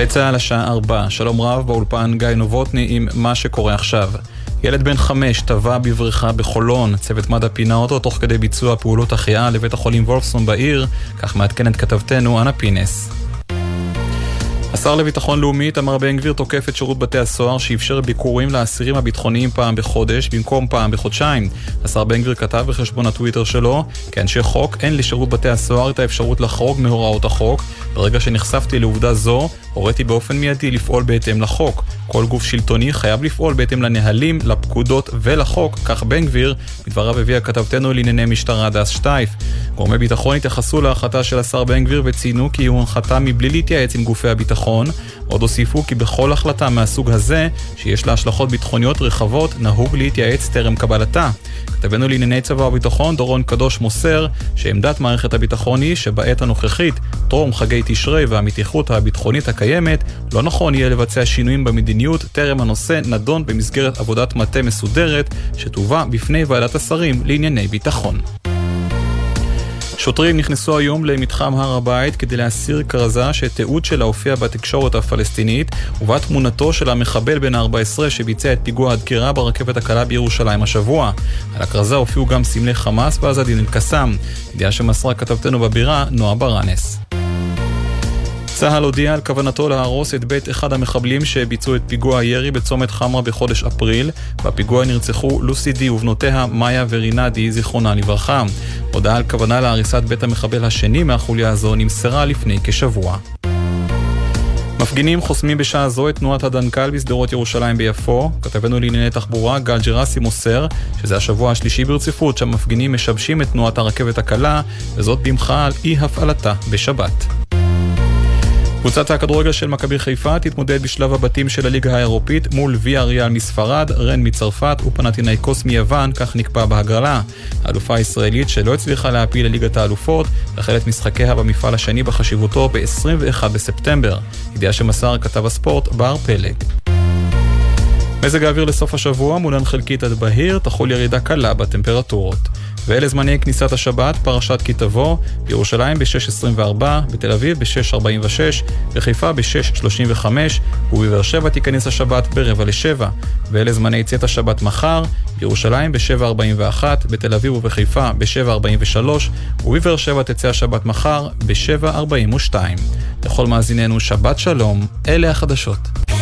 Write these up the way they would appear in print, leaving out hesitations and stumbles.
גלי צהל השעה 4, שלום רב באולפן גיא נובוטני עם מה שקורה עכשיו. ילד בן 5 טבע בבריכה בחולון, צוות מד"א פינה אותו תוך כדי ביצוע פעולות החייאה לבית החולים וולפסון בעיר, כך מעדכנת כתבתנו אנה פינס. השר לביטחון לאומי תמר בן גביר תוקף את שירות בתי הסוהר שאפשר ביקורים לאסירים הביטחוניים פעם בחודש במקום פעם בחודשיים. השר בן גביר כתב בחשבון הטוויטר שלו, כאנשי חוק אין לשירות בתי הסוהר את האפשרות לחרוג מהוראות החוק. ברגע שנחשפתי לעובדה זו, הוריתי באופן מיידי לפעול בהתאם לחוק. כל גוף שלטוני חייב לפעול בהתאם לנהלים, לפקודות ולחוק, כך בן גביר, מדבריו הביאה כתבתנו לענייני משטרה דס שטייף. גורמי ביטחון התייחסו להחלטה של השר בן גביר וציינו כי הוא הנחתה מבלי להתייעץ עם גופי הביטחון. עוד הוסיפו כי בכל החלטה מהסוג הזה, שיש לה השלכות ביטחוניות רחבות, נהוג להתייעץ טרם קבלתה. כתבנו לענייני צבא וביטחון דורון קדוש מוסר שעמדת מערכת הביטחון היא שבעת הנוכחית, טרום חגי תשרי והמתיחות הביטחונית הקיימת, לא נכון יהיה לבצע שינויים במדיניות טרם הנושא נדון במסגרת עבודת מטה מסודרת שתובא בפני ועדת השרים לענייני ביטחון. שוטרים נכנסו היום למתחם הר הבית כדי להסיר כרזה שתיעוד שלה הופיע בתקשורת הפלסטינית ובה תמונתו של המחבל בן 14 שביצע את פיגוע הדקירה ברכבת הקלה בירושלים השבוע. על הכרזה הופיעו גם סמלי חמאס ועז א-דין אל-קסאם, ידיעה שמסרה כתבתנו בבירה נועה ברנס. צה"ל הודיע על כוונתו להרוס את בית אחד המחבלים שביצעו את פיגוע הירי בצומת חמרה בחודש אפריל. בפיגוע נרצחו לוסי די ובנותיה מאיה ורינדי זיכרונה לברכה. הודעה על כוונה להריסת בית המחבל השני מהחוליה הזו נמסרה לפני כשבוע. מפגינים חוסמים בשעה זו את תנועת הדנקל בסדרות ירושלים ביפו. כתבנו לענייני תחבורה גל ג'רסי מוסר שזה השבוע השלישי ברציפות שהמפגינים משבשים את תנועת הרכבת הקלה, וזאת במחה על אי הפעלתה בשבת. קבוצת הכדורגל של מכבי חיפה תתמודד בשלב הבתים של הליגה האירופית מול ויאריאל מספרד, רן מצרפת ופנתינייקוס מיוון, כך נקבע בהגרלה. האלופה הישראלית שלא הצליחה להפיל לליגת האלופות תחל את משחקיה במפעל השני בחשיבותו ב-21 בספטמבר. ידיעה שמסר כתב הספורט בר פלג. מזג האוויר לסוף השבוע מולן חלקית עד בהיר, תחול ירידה קלה בטמפרטורות. ואלה זמני כניסת השבת, פרשת כי תבוא, בירושלים ב-6:24, בתל אביב ב-6:46, בחיפה ב-6:35, ובבאר שבע תיכנס השבת ב-6:45. ואלה זמני צאת השבת מחר, בירושלים ב-7:41, בתל אביב ובחיפה ב-7:43, ובבאר שבע תצא השבת מחר ב-7:42. לכל מאזיננו שבת שלום, אלה החדשות.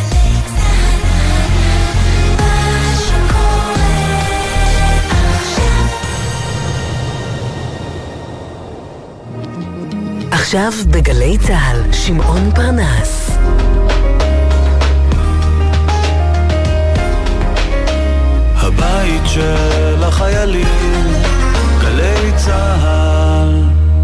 עכשיו בגלי צהל, שמעון פרנס. הבית של החיילים, גלי צהל.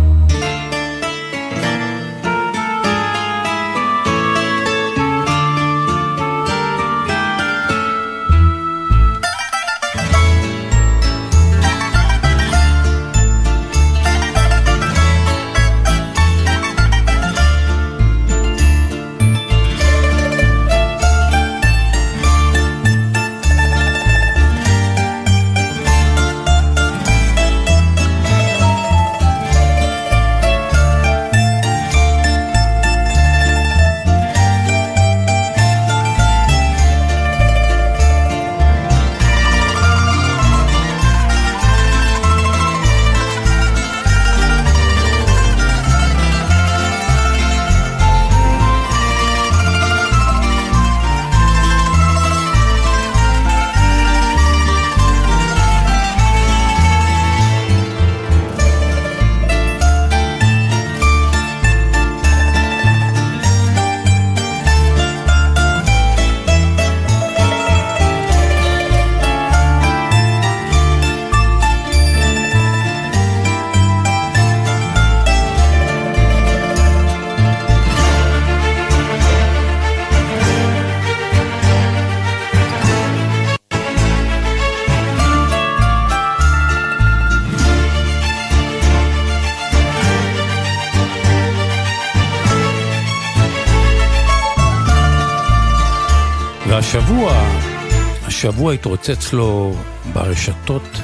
השבוע התרוצץ לו ברשתות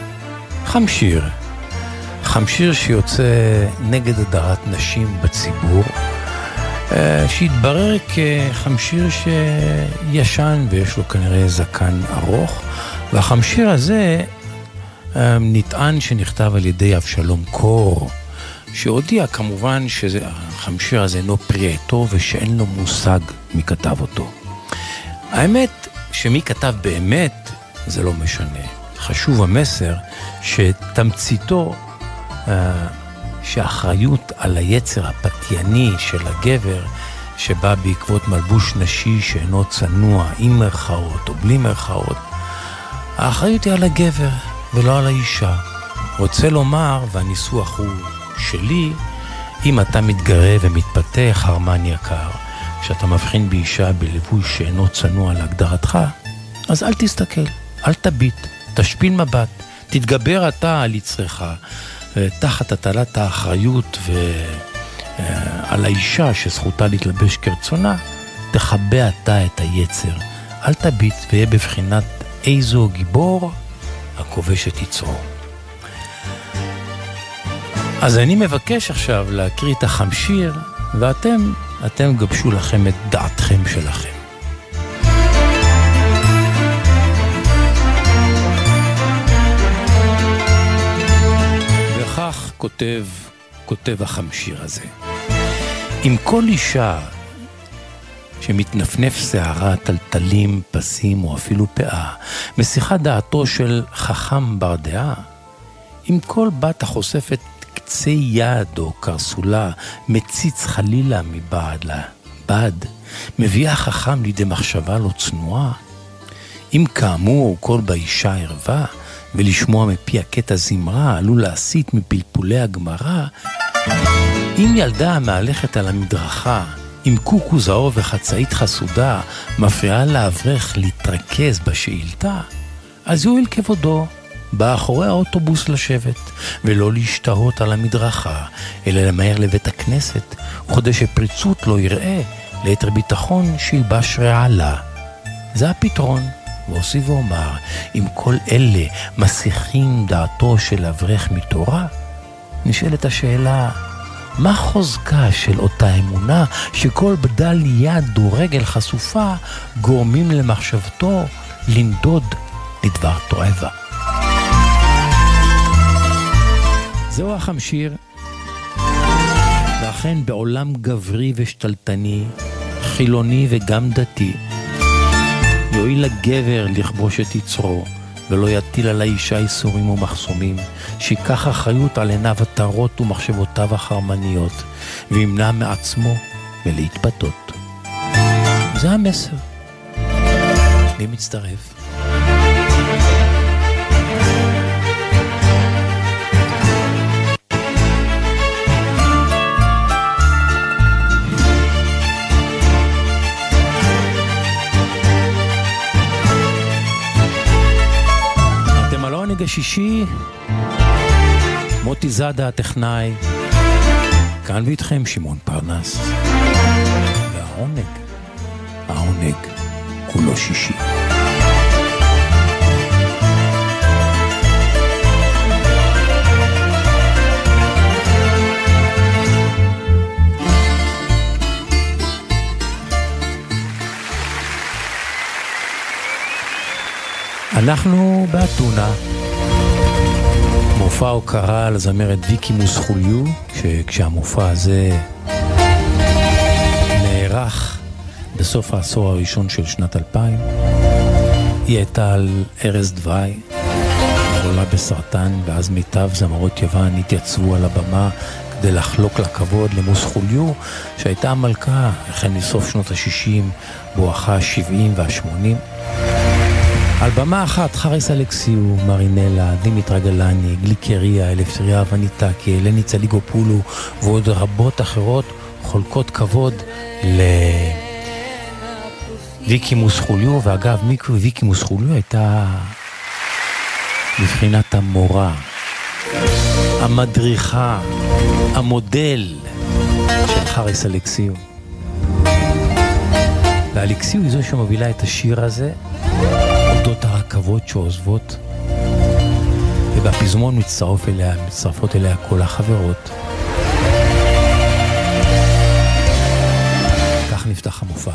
חמשיר שיוצא נגד הדרת נשים בציבור, שהתברר כחמשיר שישן ויש לו כנראה זקן ארוך, והחמשיר הזה נטען שנכתב על ידי אבשלום קור, שהודיע כמובן שהחמשיר הזה אינו פרי עטו ושאין לו מושג מי כתב אותו. האמת שמי כתב באמת זה לא משנה. חשוב המסר שתמציתו שהאחריות על היצר הפתייני של הגבר שבא בעקבות מלבוש נשי שאינו צנוע עם מרכאות או בלי מרכאות, האחריות היא על הגבר ולא על האישה. רוצה לומר, והניסוח הוא שלי, אם אתה מתגרה ומתפתח הרמן יקר, שאתה מבחין באישה בלבוש שאינו צנוע להגדרתך, אז אל תסתכל, אל תביט, תשפיל מבט, תתגבר אתה על יצרך, תחת הטלת האחריות על האישה שזכותה להתלבש כרצונה, תחבא אתה את היצר, אל תביט ויהיה בבחינת איזו גיבור הכובש את יצרו. אז אני מבקש עכשיו להקריא את החמשיר, ואתם גבשו לכם את דעתכם שלכם. וכך כותב החמשיר הזה. עם כל אישה שמתנפנף שערה, טלטלים, פסים או אפילו פאה, משיחת דעתו של חכם ברדעה, עם כל בת החושפת קצה יד או קרסולה, מציץ חלילה מבעד לבד, מביאה חכם לידי מחשבה לא צנועה. אם כאמור כל באישה ערווה, ולשמוע מפי הקטע זמרה, עלול להסיט מפלפולי הגמרא, אם ילדה המהלכת על המדרכה, עם קוקו זהוב וחצאית חסודה, מפריעה לאברך להתרכז בשאילתה, אז יועיל כבודו, באחורי האוטובוס לשבת, ולא להשתהות על המדרכה, אלא למהר לבית הכנסת, וכדי שפריצות לא יראה, ליתר ביטחון שילבש רעלה. זה הפתרון. והוסיף ואומר, אם כל אלה מסיחים דעתו של אברך מתורה, נשאלת השאלה, מה חוזקה של אותה אמונה שכל בדל יד או רגל חשופה גורמים למחשבתו לנדוד לדבר תועבה? זהו החמשיר, ואכן בעולם גברי ושתלטני, חילוני וגם דתי, יועיל לגבר לכבוש את יצרו, ולא יטיל על האישה איסורים ומחסומים, שיקח אחריות על עיניו התרות ומחשבותיו החרמניות, וימנע מעצמו מלהתפתות. זה המסר. מי מצטרף? העונג השישי, מוטי זאדה הטכנאי, כאן ואיתכם שמעון פרנס, והעונג כולו שישי. אנחנו באתונה, מופע הוקרה לזמרת ויקי מוסחוליו, כשהמופע הזה נערך בסוף העשור הראשון של שנת 2000. היא הייתה על ערש דווי, חולה בסרטן, ואז מיטב זמרות יוון התייצבו על הבמה כדי לחלוק לכבוד למוסחוליו, שהייתה המלכה החל מסוף שנות ה-60 בואכה ה-70 וה-80. על במה אחת חריס אלכסיו, מרינלה, דימיטרה גלני, גליקריה, אלפטריה וניטקי, אלני צליגופולו ועוד רבות אחרות חולקות כבוד לוויקי מוסחוליו. ואגב, ויקי מוסחוליו הייתה מבחינת המורה, המדריכה, המודל של חריס אלכסיו. ואלכסיו היא זו שמובילה את השיר הזה, אודות הרכבות שעוזבות, ובפזמון מצטרפות אליה כל החברות. כך נפתח המופע.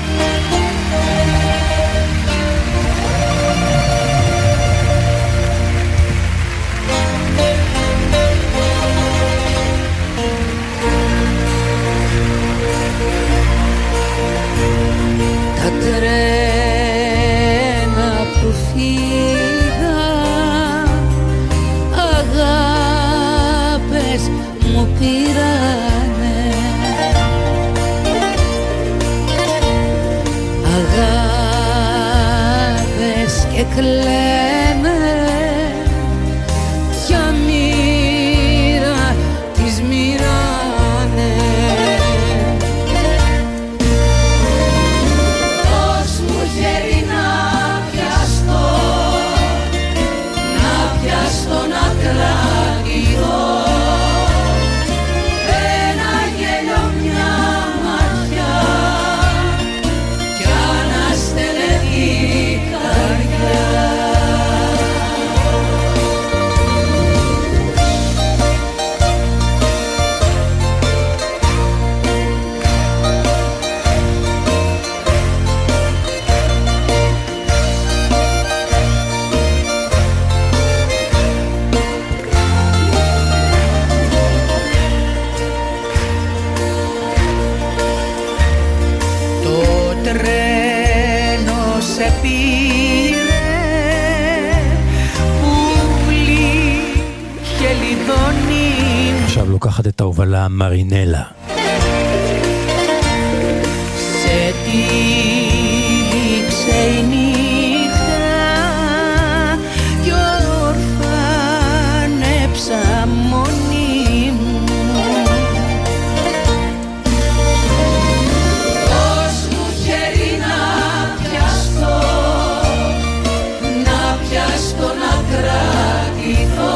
Τρένα που φύγαν, αγάπες μου πήρανε, αγάπες και κλαίνε για μοίρα τις μοίρανε. עכשיו לוקחת את ההובלה מרינלה. Σε τύλιξε η νύχτα κι ορφάνεψα μόνη μου. Δώσ' μου χέρι να πιαστώ, να πιαστώ να κρατηθώ.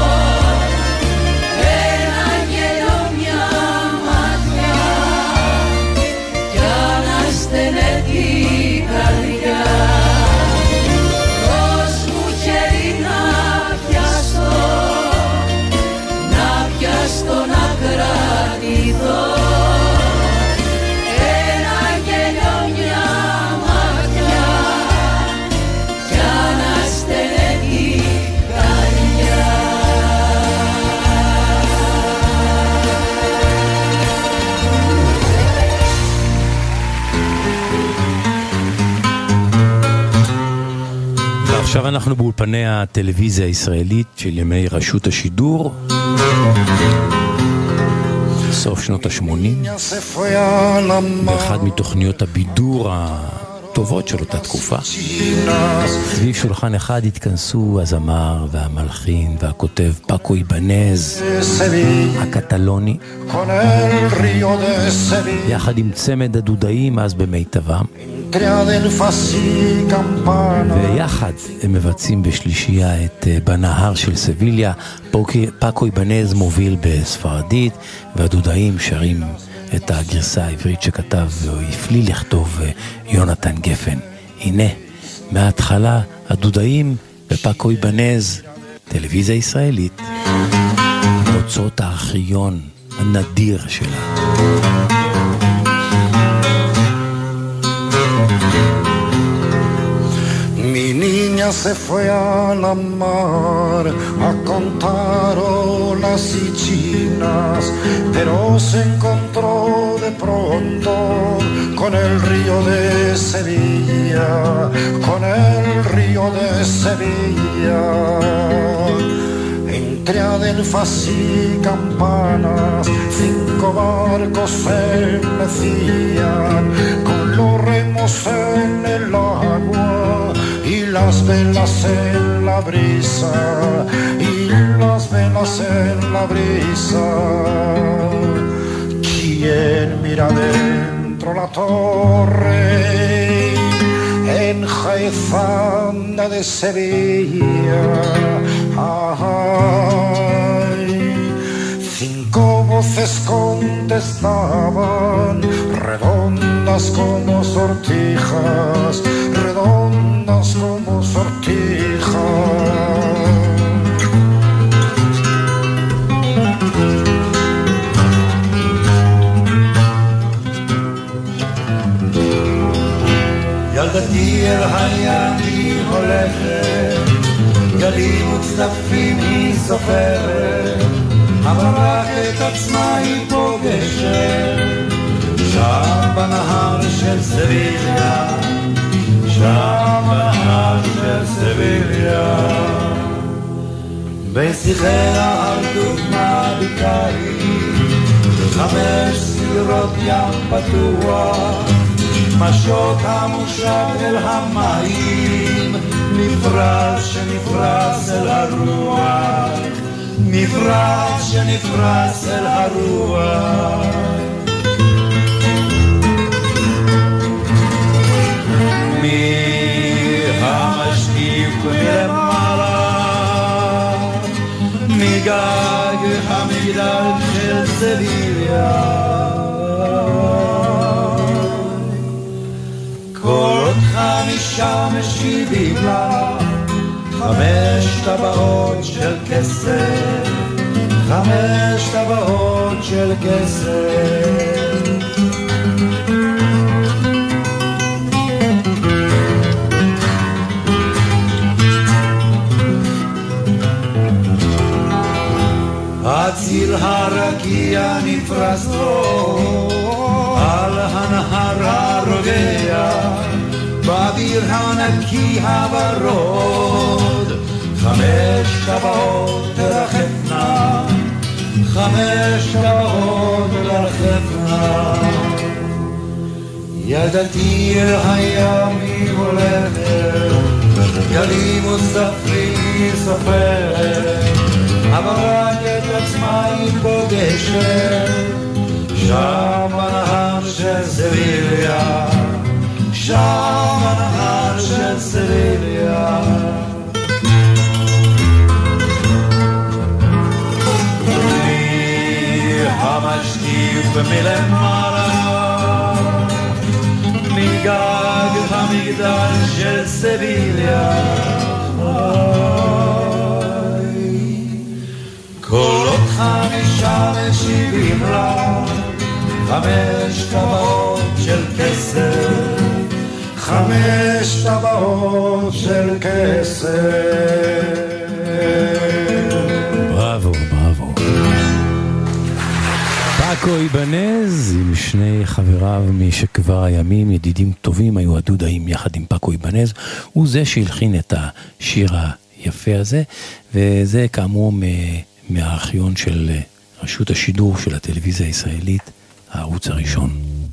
עכשיו אנחנו באולפני הטלוויזיה הישראלית של ימי רשות השידור, סוף שנות ה-80, באחד מתוכניות הבידור הטובות של אותה תקופה. סביב שולחן אחד התכנסו הזמר והמלחין והכותב פאקו איבנז הקטלוני, יחד עם צמד הדודאים אז במיטבם, ויחד הם מבצעים בשלישייה את בנהר של סביליה. פאקו איבנז מוביל בספרדית, והדודאים שרים את הגרסה העברית שכתב והפליא לכתוב יונתן גפן. הנה, מההתחלה הדודאים ופאקו איבנז, טלוויזיה ישראלית, באוצרות הארכיון הנדיר שלה. Mi niña se fue a la mar a contar las chichinas, pero se encontró de pronto con el río de Sevilla, con el río de Sevilla. Entre adelfas y campanas 5 barcos se mecían con los remos en el agua y las velas en la brisa, y las velas en la brisa. ¿Quién mira dentro la torre en Jaizanda de Sevilla? Ay, 5 voces contestaban, redondas como sortijas, redondas como sortijas. ילדתי אל הים היא הולכת, גלים וצלפים היא סופרת, אבל רק את עצמה היא פוגשת, שם בנהר של סביליה, שם בנהר של סביליה. בין שיחיה על דוגמה בקאית, 5 סירות ים פתוח, משות המושב אל המים, נפרש שנפרס אל הרוח, נפרש שנפרס אל הרוח. מי המשקיף מלמעלה, מגג המגדל של סביליה, קולות 5 משיבים לה, 5 טבעות של כסף, 5 טבעות של כסף. הציל הרקיע נפרס לו על הנהר הרוגע, באוויר הנקי הוורוד, 5 טבעות תרחפנה, 5 טבעות תרחפנה. ילדתי אל הים היא הולכת, גלים וספרים היא סופרת, אבל רק את עצמה היא פוגשת, שם בנהר של סביליה, שם בנהר של סביליה. מי המשקיף מלמעלה, מגג המגדל של סביליה, קולות 5 משיבים לה, 5 טבעות של כסף, 5 טבעות של כסף. בראבו, בראבו. פאקו איבנז עם 2 חבריו משכבר הימים, ידידים טובים, היו הדודאים יחד עם פאקו איבנז, הוא זה שהלחין את השיר היפה הזה, וזה כאמור מהארכיון של רשות השידור של הטלוויזיה הישראלית, הערוץ הראשון.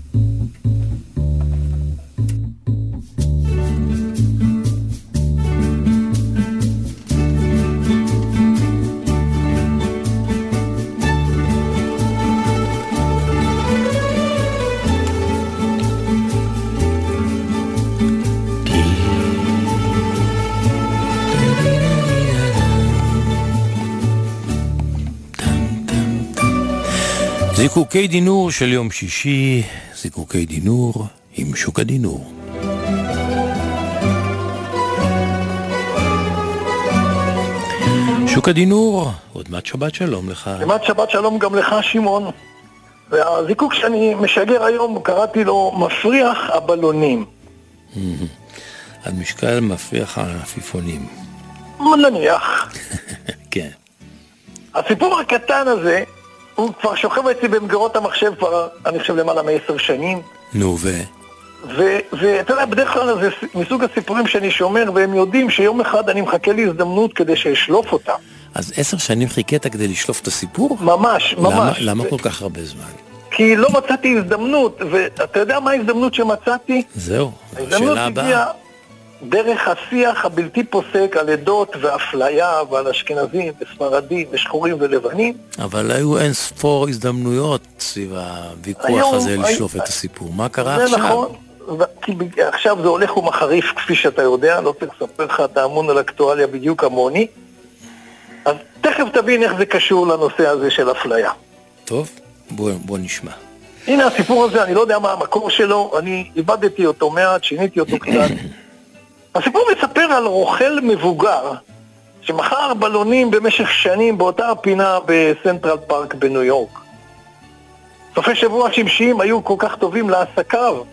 זיקוקי דינור של יום שישי, זיקוקי דינור עם שוק הדינור. שוק הדינור, עוד מעט שבת שלום לך. כמעט שבת שלום גם לך שמעון. והזיקוק שאני משגר היום, קראתי לו מפריח הבלונים. על משקל מפריח העפיפונים. נניח. כן. הסיפור הקטן הזה, הוא כבר שוכב אצלי במגירות המחשב כבר, אני חושב למעלה מ10 שנים. נו, ואתה יודע, בדרך כלל זה מסוג הסיפורים שאני שומר, והם יודעים שיום אחד אני מחכה לי הזדמנות כדי שאשלוף אותם. אז 10 שנים חיכית כדי לשלוף את הסיפור? ממש, ממש. למה כל כך הרבה זמן? כי לא מצאתי הזדמנות, ואתה יודע מה ההזדמנות שמצאתי? זהו, ההזדמנות הגיעה דרך השיח הבלתי פוסק על עדות ואפליה ועל אשכנזים וספרדים ושחורים ולבנים. אבל היו אין ספור הזדמנויות סביב הוויכוח הזה לשלוף את הסיפור. מה קרה עכשיו? זה נכון, כי עכשיו זה הולך ומחריף כפי שאתה יודע, לא צריך לספר לך, אתה אמון על אקטואליה בדיוק כמוני. אז תכף תבין איך זה קשור לנושא הזה של אפליה. טוב, בוא נשמע. הנה הסיפור הזה, אני לא יודע מה המקור שלו, אני איבדתי אותו מעט, שיניתי אותו קצת. הסיפור מספר על רוכל מבוגר שמכר בלונים במשך שנים באותה הפינה בסנטרל פארק בניו יורק. סופי שבוע שמשיים היו כל כך טובים לעסקיו,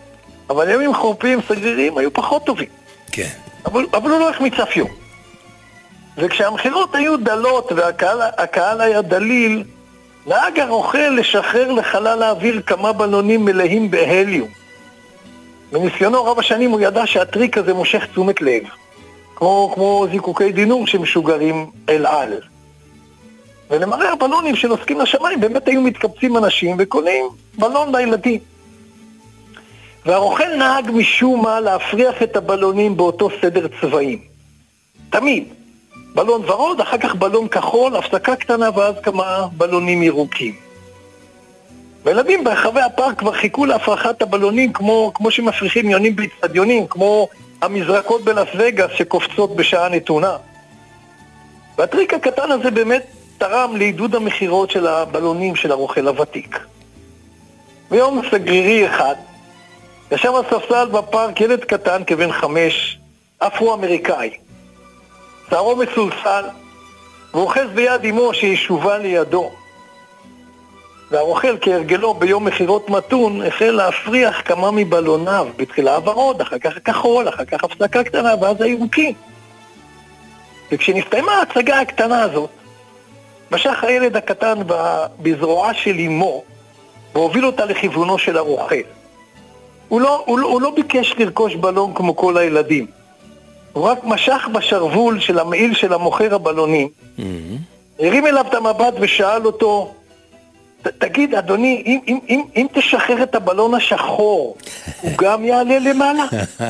אבל ימים חורפיים סגרירים היו פחות טובים. כן. אבל הוא לא החמיץ אף יום. וכשהמחירות היו דלות והקהל היה דליל, נהג הרוכל לשחרר לחלל האוויר כמה בלונים מלאים בהליום. בניסיונו רב השנים הוא ידע שהטריק הזה מושך תשומת לב, כמו זיקוקי דינור שמשוגרים אל על. ולמראה הבלונים שנוסקים לשמיים באמת היו מתקבצים אנשים וקונים בלון לילדים. והרוכל נהג משום מה להפריח את הבלונים באותו סדר צבעים. תמיד. בלון ורוד, אחר כך בלון כחול, הפסקה קטנה ואז כמה בלונים ירוקים. וילדים ברחבי הפארק כבר חיכו להפרחת הבלונים כמו שמפריחים יונים באצטדיונים, כמו המזרקות בלאס וגאס שקופצות בשעה נתונה. והטריק הקטן הזה באמת תרם לעידוד המחירות של הבלונים של הרוכל הוותיק. ביום סגרירי אחד, ישב הספסל בפארק ילד קטן כבן 5, אפרו-אמריקאי. שערו מסולסל, ואוחז ביד אמו שישובה לידו. והרוכל כהרגלו ביום מחירות מתון החל להפריח כמה מבלוניו, בתחילה הוורוד, אחר כך הכחול, אחר כך הפסקה קטנה ואז הירוקים. וכשנסתיימה ההצגה הקטנה הזאת, משך הילד הקטן בזרועה של אמו והוביל אותה לכיוונו של הרוכל. הוא לא ביקש לרכוש בלון כמו כל הילדים. הוא רק משך בשרוול של המעיל של המוכר הבלונים, הרים אליו את המבט ושאל אותו, תגיד אדוני, אם תשחרר את הבלון השחור, הוא גם יעלה למעלה?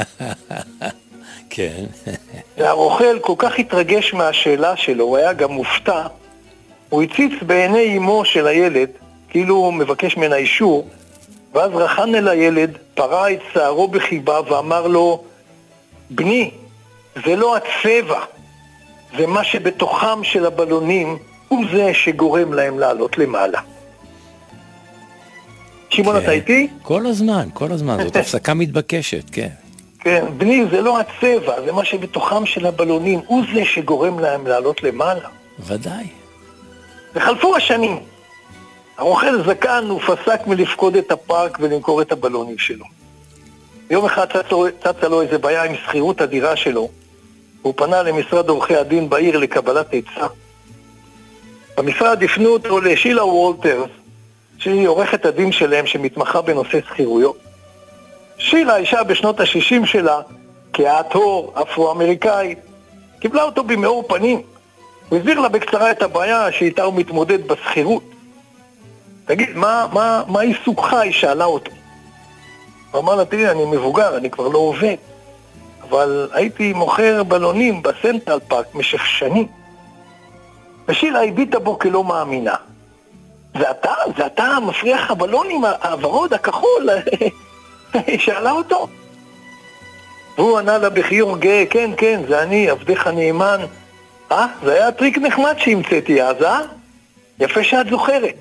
כן. והרוכל כל כך התרגש מהשאלה שלו, הוא היה גם מופתע, הוא הציץ בעיני אמו של הילד, כאילו הוא מבקש ממנה אישור, ואז רחן אל הילד, פרע את שערו בחיבה ואמר לו, בני, זה לא הצבע, זה מה שבתוכם של הבלונים, הוא זה שגורם להם לעלות למעלה. שמעון, אתה איתי? כל הזמן, זאת הפסקה מתבקשת, כן. כן, בני, זה לא הצבע, זה מה שבתוכם של הבלונים, הוא זה שגורם להם לעלות למעלה. ודאי. וחלפו השנים. הרוכל זקן הוא פסק מלפקוד את הפארק ולמכור את הבלונים שלו. יום אחד צצה לו איזה בעיה עם שכירות הדירה שלו, הוא פנה למשרד עורכי הדין בעיר לקבלת עצה. במשרד הפנו אותו לשילה וולטרס, שהיא עורכת הדין שלהם שמתמחה בנושא שכירויות. שילה, אישה בשנות ה-60 שלה, כעתור אפרו-אמריקאית, קיבלה אותו במאור פנים. הוא הסביר לה בקצרה את הבעיה שאיתה הוא מתמודד בשכירות. תגיד, מה עיסוקך? היא שאלה אותו. הוא אמר לה, תראי, אני מבוגר, אני כבר לא עובד, אבל הייתי מוכר בלונים בסנטרל פארק משך שנים. ושילה הביטה בו כלא מאמינה. זה אתה מפריח הבלונים, הוורוד, הכחול? היא שאלה אותו. והוא ענה לה בחיוך גאה, כן, זה אני, עבדך נאמן. זה היה טריק נחמד שהמצאתי אז, יפה שאת זוכרת.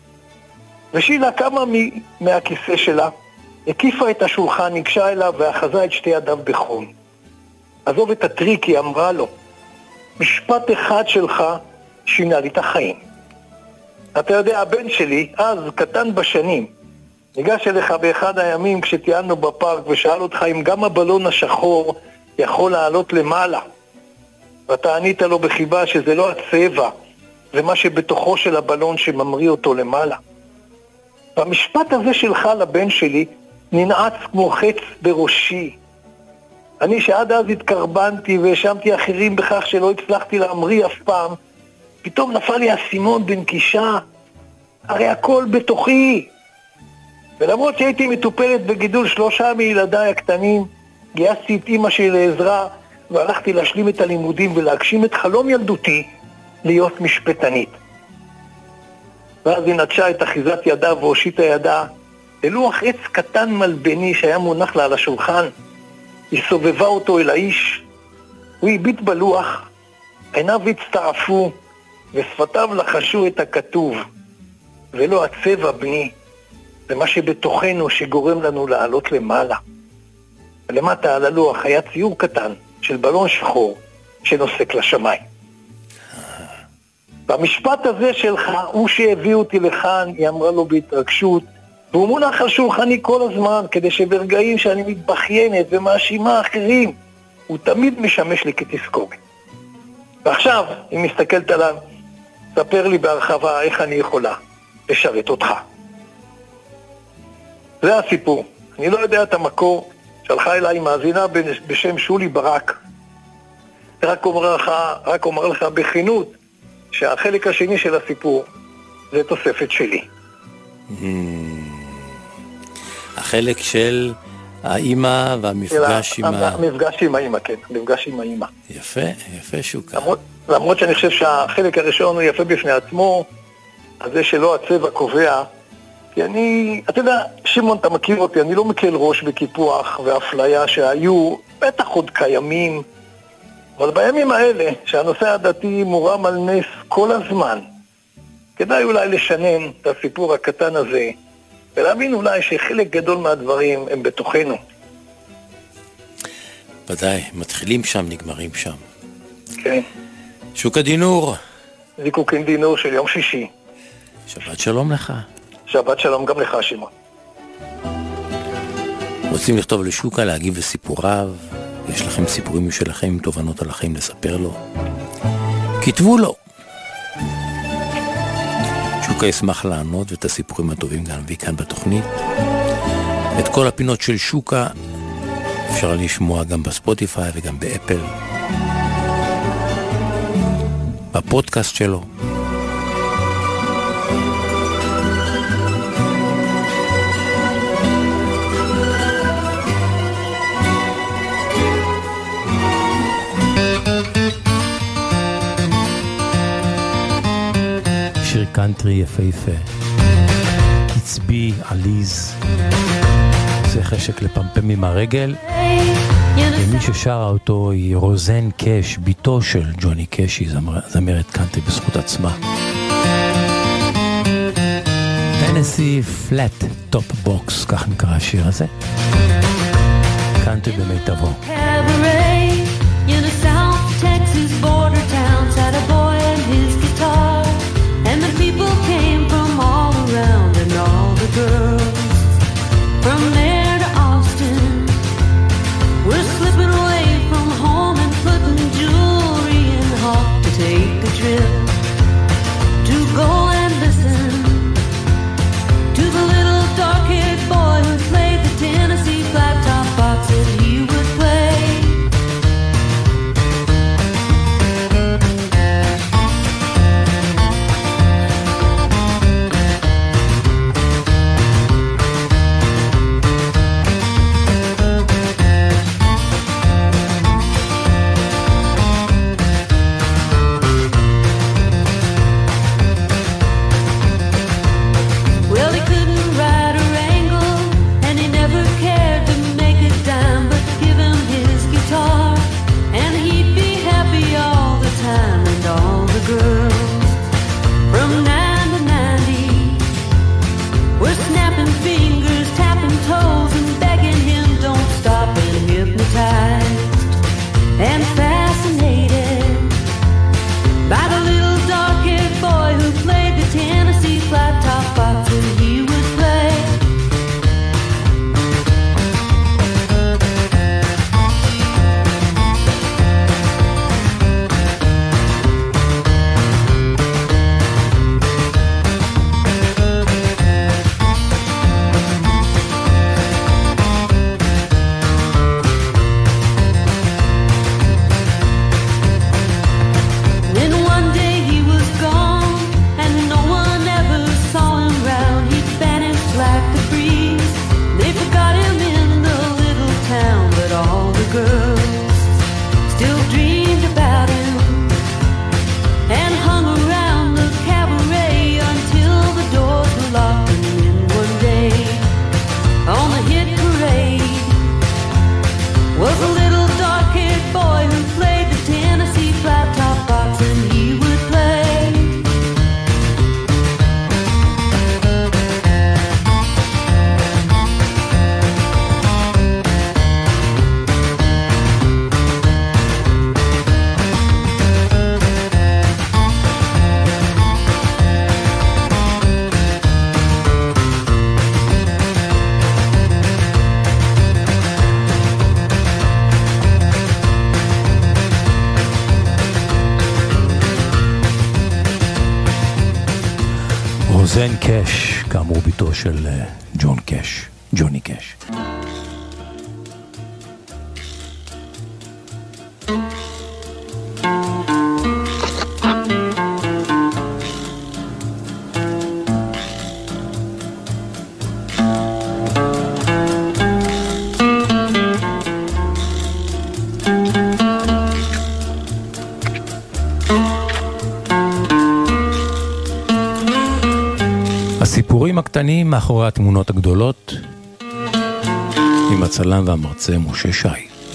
ושילה קמה מהכיסא שלה, הקיפה את השולחן, ניגשה אליו ואחזה את שתי ידיו בחום. עזוב את הטריק, היא אמרה לו, משפט אחד שלך שינה לי את החיים. אתה יודע, הבן שלי, אז קטן בשנים, ניגש אליך באחד הימים כשטיילנו בפארק ושאל אותך אם גם הבלון השחור יכול לעלות למעלה. ואתה ענית לו בחיבה שזה לא הצבע, זה מה שבתוכו של הבלון שממריא אותו למעלה. והמשפט הזה שלך לבן שלי ננעץ כמו חץ בראשי. אני שעד אז התקרבנתי והאשמתי אחרים בכך שלא הצלחתי להמריא אף פעם, פתאום נפל לי האסימון בנקישה, הרי הכל בתוכי. ולמרות שהייתי מטופלת בגידול 3 מילדיי הקטנים, גייסתי את אמא שלי לעזרה והלכתי להשלים את הלימודים ולהגשים את חלום ילדותי להיות משפטנית. ואז היא נטשה את אחיזת ידה והושיטה ידה ללוח עץ קטן מלבני שהיה מונח לה על השולחן. היא סובבה אותו אל האיש, הוא הביט בלוח, עיניו הצטרפו ושפתיו לחשו את הכתוב, ולא הצבע בני, זה מה שבתוכנו שגורם לנו לעלות למעלה. ולמטה על הלוח היה ציור קטן של בלון שחור שנוסק לשמיים. והמשפט הזה שלך הוא שהביא אותי לכאן, היא אמרה לו בהתרגשות, והוא מונח על שולחני כל הזמן, כדי שברגעים שאני מתבחיינת ומאשימה אחרים, הוא תמיד משמש לי כתזכורת. ועכשיו, אם מסתכלת עליו, ספר לי בהרחבה איך אני יכולה לשרת אותך. זה הסיפור. אני לא יודע את המקור, שלחה אליי מאזינה בשם שולי ברק. רק אומר לך בכנות, שהחלק השני של הסיפור זה תוספת שלי. החלק של האמא והמפגש עם המפגש עם האמא, כן, המפגש עם האמא. יפה, יפה שוקה. למרות שאני חושב שהחלק הראשון הוא יפה בפני עצמו, אז זה שלא הצבע קובע, כי אתה יודע, שמעון, אתה מכיר אותי, אני לא מקל ראש בקיפוח ואפליה שהיו, בטח עוד קיימים, אבל בימים האלה, שהנושא הדתי מורם על נס כל הזמן, כדאי אולי לשנן את הסיפור הקטן הזה, ולהבין אולי שחלק גדול מהדברים הם בתוכנו. ודאי, מתחילים שם, נגמרים שם. כן. שוקה דינור. זיקוקין דינור של יום שישי. שבת שלום לך. שבת שלום גם לך, שמעון. רוצים לכתוב לשוקה, להגיב לסיפוריו? יש לכם סיפורים משלכם עם תובנות על החיים לספר לו? כתבו לו. שוקה ישמח לענות ואת הסיפורים הטובים גם נביא כאן בתוכנית. את כל הפינות של שוקה אפשר לשמוע גם בספוטיפיי וגם באפל. בפודקאסט שלו. שיר קאנטרי יפהפה, קצבי, עליז, עושה חשק לפמפם עם הרגל, ומי ששרה אותו היא רוזן קש, ביתו של ג'וני קש, היא זמרת קאנטרי בזכות עצמה. טנסי פלט טופ בוקס, כך נקרא השיר הזה, קאנטרי במיטבו. And the people came from all around, and all the girls from there to Austin were slipping away from home and putting jewelry in hawk to take a trip to go and listen to the little dark-haired boy who played the Tennessee flat top box that he would play. רוזן קש, כאמור ביתו של ג'וני קש. הסיפורים הקטנים מאחורי התמונות הגדולות, עם הצלם והמרצה משה שי.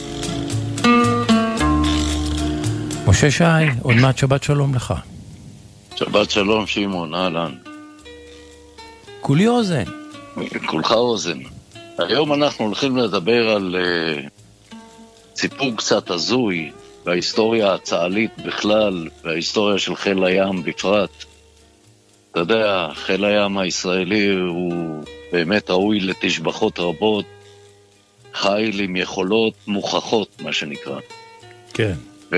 משה שי, עוד מעט שבת שלום לך. שבת שלום שמעון, אהלן. כולי אוזן. כולך אוזן. היום אנחנו הולכים לדבר על סיפור קצת הזוי, וההיסטוריה הצה"לית בכלל, וההיסטוריה של חיל הים בפרט. אתה יודע, חיל הים הישראלי הוא באמת ראוי לתשבחות רבות, חיל עם יכולות מוכחות, מה שנקרא. כן.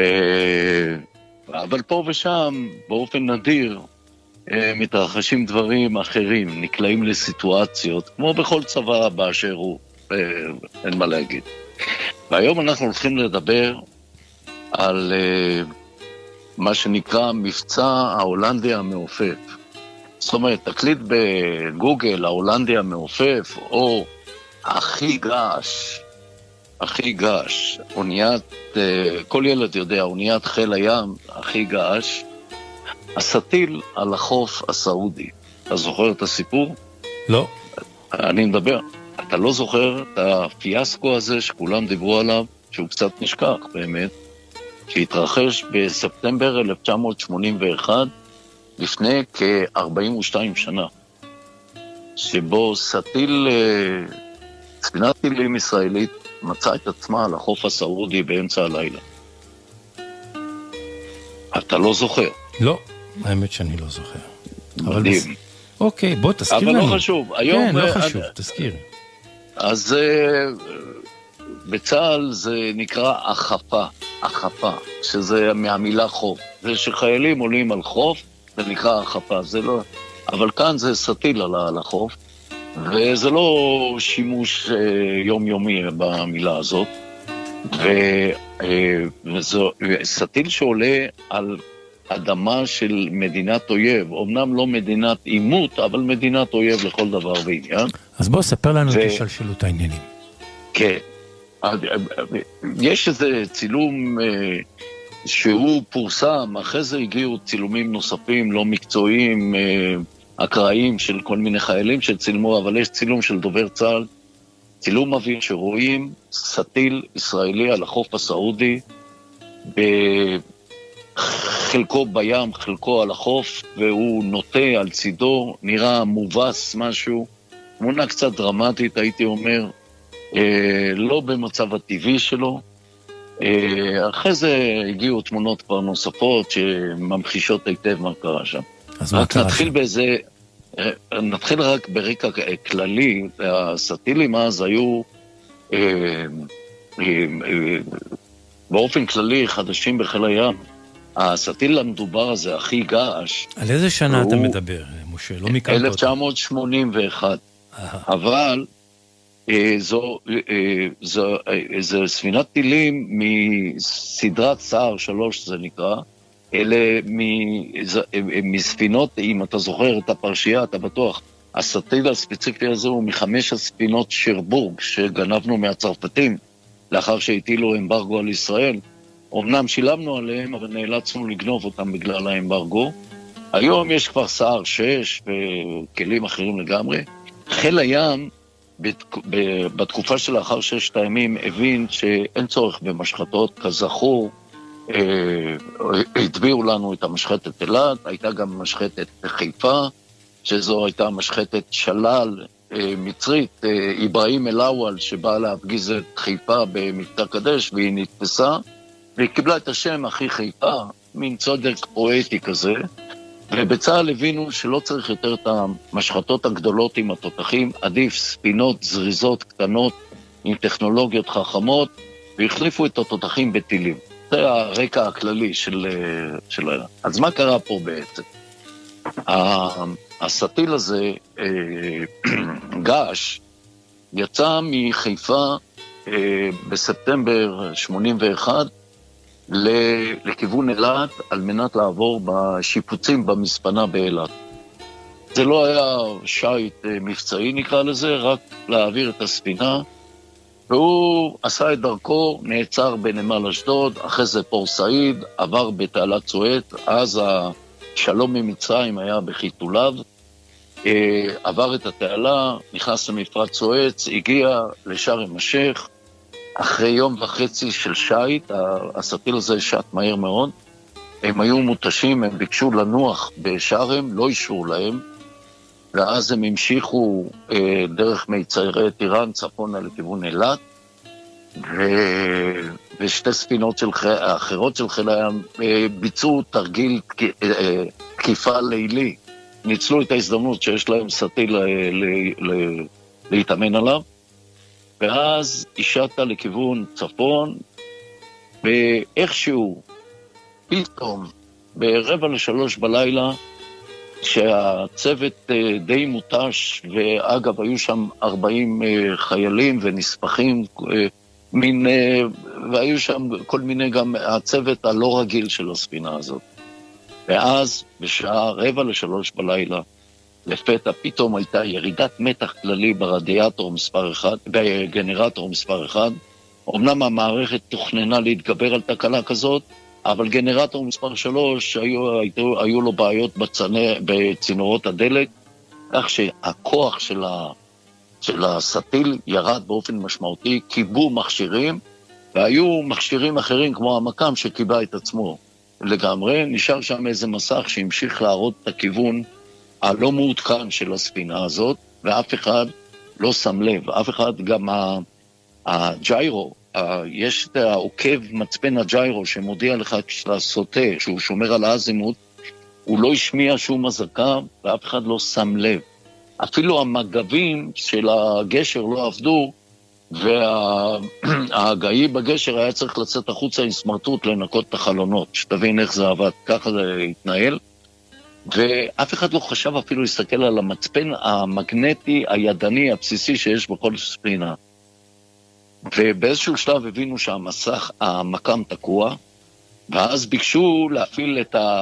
אבל פה ושם, באופן נדיר, מתרחשים דברים אחרים, נקלעים לסיטואציות, כמו בכל צבא באשר הוא, אין מה להגיד. והיום אנחנו הולכים לדבר על מה שנקרא מבצע ההולנדי המעופף. זאת אומרת, תקליט בגוגל, ההולנדי המעופף, או הכי געש, אוניית, כל ילד יודע, אוניית חיל הים, הכי געש, הסטיל על החוף הסעודי. אתה זוכר את הסיפור? לא. אני מדבר. אתה לא זוכר את הפיאסקו הזה שכולם דיברו עליו, שהוא קצת נשכח באמת, שהתרחש בספטמבר 1981, לפני כ-42 שנה, שבו ספינת טילים ישראלית מצא את עצמה על החוף הסעודי באמצע הלילה. אתה לא זוכר? לא, האמת שאני לא זוכר. מדהים. אוקיי, בוא תזכיר לנו. אבל לא חשוב. כן, לא חשוב, תזכיר. אז בצה"ל זה נקרא החפה, שזה מהמילה חוף. זה שחיילים עולים על חוף, זה נקרא החפה, זה לא... אבל כאן זה סטיל על החוף, וזה לא שימוש יומיומי במילה הזאת, וסטיל שעולה על אדמה של מדינת אויב, אמנם לא מדינת אימות, אבל מדינת אויב לכל דבר ועניין. אז בוא ספר לנו את השלשלות העניינים. כן, יש איזה צילום שהוא פורסם, אחרי זה הגיעו צילומים נוספים, לא מקצועיים, אקראיים של כל מיני חיילים שצילמו, אבל יש צילום של דובר צה"ל, צילום אוויר שרואים סטיל ישראלי על החוף הסעודי, חלקו בים, חלקו על החוף, והוא נוטה על צידו, נראה מובס משהו, תמונה קצת דרמטית הייתי אומר, לא במצב הטבעי שלו. אחרי זה הגיעו תמונות כבר נוספות שממחישות היטב מה קרה שם. אז מה קרה שם? נתחיל רק ברקע כללי. הסטילים אז היו באופן כללי חדשים בחיל הים. הסטיל המדובר הזה, הכי געש, על איזה שנה אתה מדבר, משה? לא מכאן 1981. אבל זו ספינת טילים מסדרת סער 3 זה נקרא, אלה מספינות, אם אתה זוכר את הפרשייה, אתה בטוח, הסטיל הספציפי הזה הוא מ5 הספינות שרבורג שגנבנו מהצרפתים, לאחר שהטילו אמברגו על ישראל. אמנם שילמנו עליהם, אבל נאלצנו לגנוב אותם בגלל האמברגו. היום יש כבר סער 6 וכלים אחרים לגמרי. חיל הים בתקופה שלאחר 6 הימים הבין שאין צורך במשחטות. כזכור, התביאו לנו את המשחטת אילת, הייתה גם משחטת חיפה, שזו הייתה משחטת שלל מצרית, איברהים אלאוול, שבאה להפגיז את חיפה במבצע קדש, והיא נתפסה, והיא קיבלה את השם הכי חיפה, מין צודק פואטי כזה, ובצה"ל הבינו שלא צריך יותר את המשחטות הגדולות עם התותחים, עדיף ספינות זריזות קטנות עם טכנולוגיות חכמות, והחליפו את התותחים בטילים. זה הרקע הכללי של... אז מה קרה פה בעצם? הסטיל הזה, גש, יצא מחיפה בספטמבר 81 לכיוון אילת על מנת לעבור בשיפוצים במספנה באילת. זה לא היה שייט מבצעי נקרא לזה, רק להעביר את הספינה, והוא עשה את דרכו, נעצר בנמל אשדוד, אחרי זה פור סעיד, עבר בתעלת סואץ, אז השלום ממצרים היה בחיתוליו, עבר את התעלה, נכנס למפרץ סואץ, הגיע לשארם א-שייח, אחרי יום וחצי של שייט, הסטיל הזה שט מהר מאוד, הם היו מותשים, הם ביקשו לנוח בשארם, לא אישרו להם, ואז הם המשיכו דרך מיצרי טיראן צפונה לכיוון אילת, ושתי ספינות אחרות של חיל הים ביצעו תרגיל תקיפה לילי, ניצלו את ההזדמנות שיש להם סטיל להתאמן עליו, ואז אישת לכיוון צפון, ואיכשהו, פתאום, ב2:45 בלילה, שהצוות די מוטש, ואגב, היו שם 40 חיילים ונספחים, והיו שם כל מיני גם הצוות הלא רגיל של הספינה הזאת. ואז, בשעה 2:45 בלילה, לפתע פתאום הייתה ירידת מתח כללי ברדיאטור מספר 1, בגנרטור מספר 1. אמנם המערכת תוכננה להתגבר על תקלה כזאת, אבל גנרטור מספר 3 היו לו בעיות בצינורות הדלק, כך שהכוח של הסטיל ירד באופן משמעותי, קיבו מכשירים, והיו מכשירים אחרים כמו המקם שקיבה את עצמו לגמרי. נשאר שם איזה מסך שהמשיך להראות את הכיוון הלא מעודכן של הספינה הזאת, ואף אחד לא שם לב, אף אחד, גם הג'יירו, יש את העוקב מצפן הג'יירו שמודיע לך כשאתה סוטה, שהוא שומר על האזימות, הוא לא השמיע שום אזעקה ואף אחד לא שם לב. אפילו המגבים של הגשר לא עבדו, וההגאי בגשר היה צריך לצאת החוצה עם סמרטוט לנקות את החלונות, שתבין איך זה עבד, ככה זה התנהל. ואף אחד לא חשב אפילו להסתכל על המצפן המגנטי הידני הבסיסי שיש בכל ספינה. ובאיזשהו שלב הבינו שהמקם תקוע, ואז ביקשו להפעיל